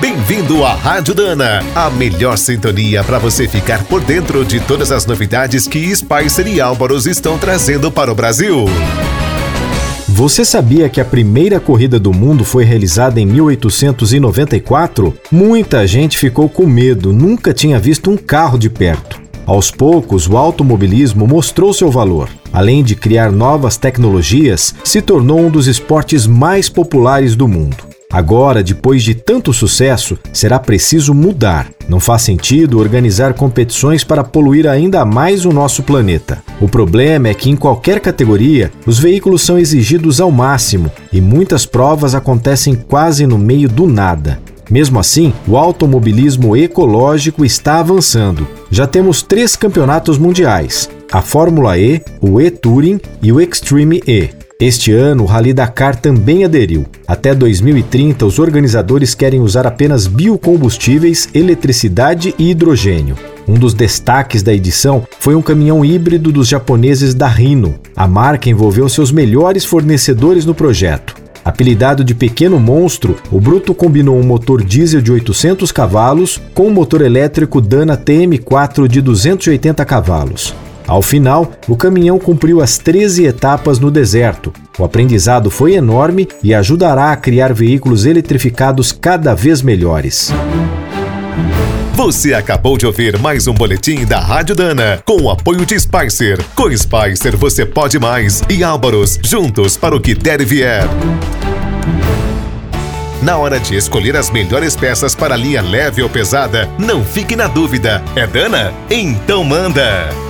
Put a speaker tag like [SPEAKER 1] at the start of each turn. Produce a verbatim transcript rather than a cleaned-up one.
[SPEAKER 1] Bem-vindo à Rádio Dana, a melhor sintonia para você ficar por dentro de todas as novidades que Spicer e Álvaros estão trazendo para o Brasil.
[SPEAKER 2] Você sabia que a primeira corrida do mundo foi realizada em mil oitocentos e noventa e quatro? Muita gente ficou com medo, nunca tinha visto um carro de perto. Aos poucos, o automobilismo mostrou seu valor. Além de criar novas tecnologias, se tornou um dos esportes mais populares do mundo. Agora, depois de tanto sucesso, será preciso mudar. Não faz sentido organizar competições para poluir ainda mais o nosso planeta. O problema é que em qualquer categoria, os veículos são exigidos ao máximo e muitas provas acontecem quase no meio do nada. Mesmo assim, o automobilismo ecológico está avançando. Já temos três campeonatos mundiais: a Fórmula E, o E-Touring e o Extreme E. Este ano, o Rally Dakar também aderiu. Até dois mil e trinta, os organizadores querem usar apenas biocombustíveis, eletricidade e hidrogênio. Um dos destaques da edição foi um caminhão híbrido dos japoneses da Hino. A marca envolveu seus melhores fornecedores no projeto. Apelidado de Pequeno Monstro, o Bruto combinou um motor diesel de oitocentos cavalos com um motor elétrico Dana T M quatro de duzentos e oitenta cavalos. Ao final, o caminhão cumpriu as treze etapas no deserto. O aprendizado foi enorme e ajudará a criar veículos eletrificados cada vez melhores.
[SPEAKER 1] Você acabou de ouvir mais um boletim da Rádio Dana, com o apoio de Spicer. Com Spicer você pode mais. E Álvaros, juntos para o que der e vier. Na hora de escolher as melhores peças para a linha leve ou pesada, não fique na dúvida. É Dana? Então manda!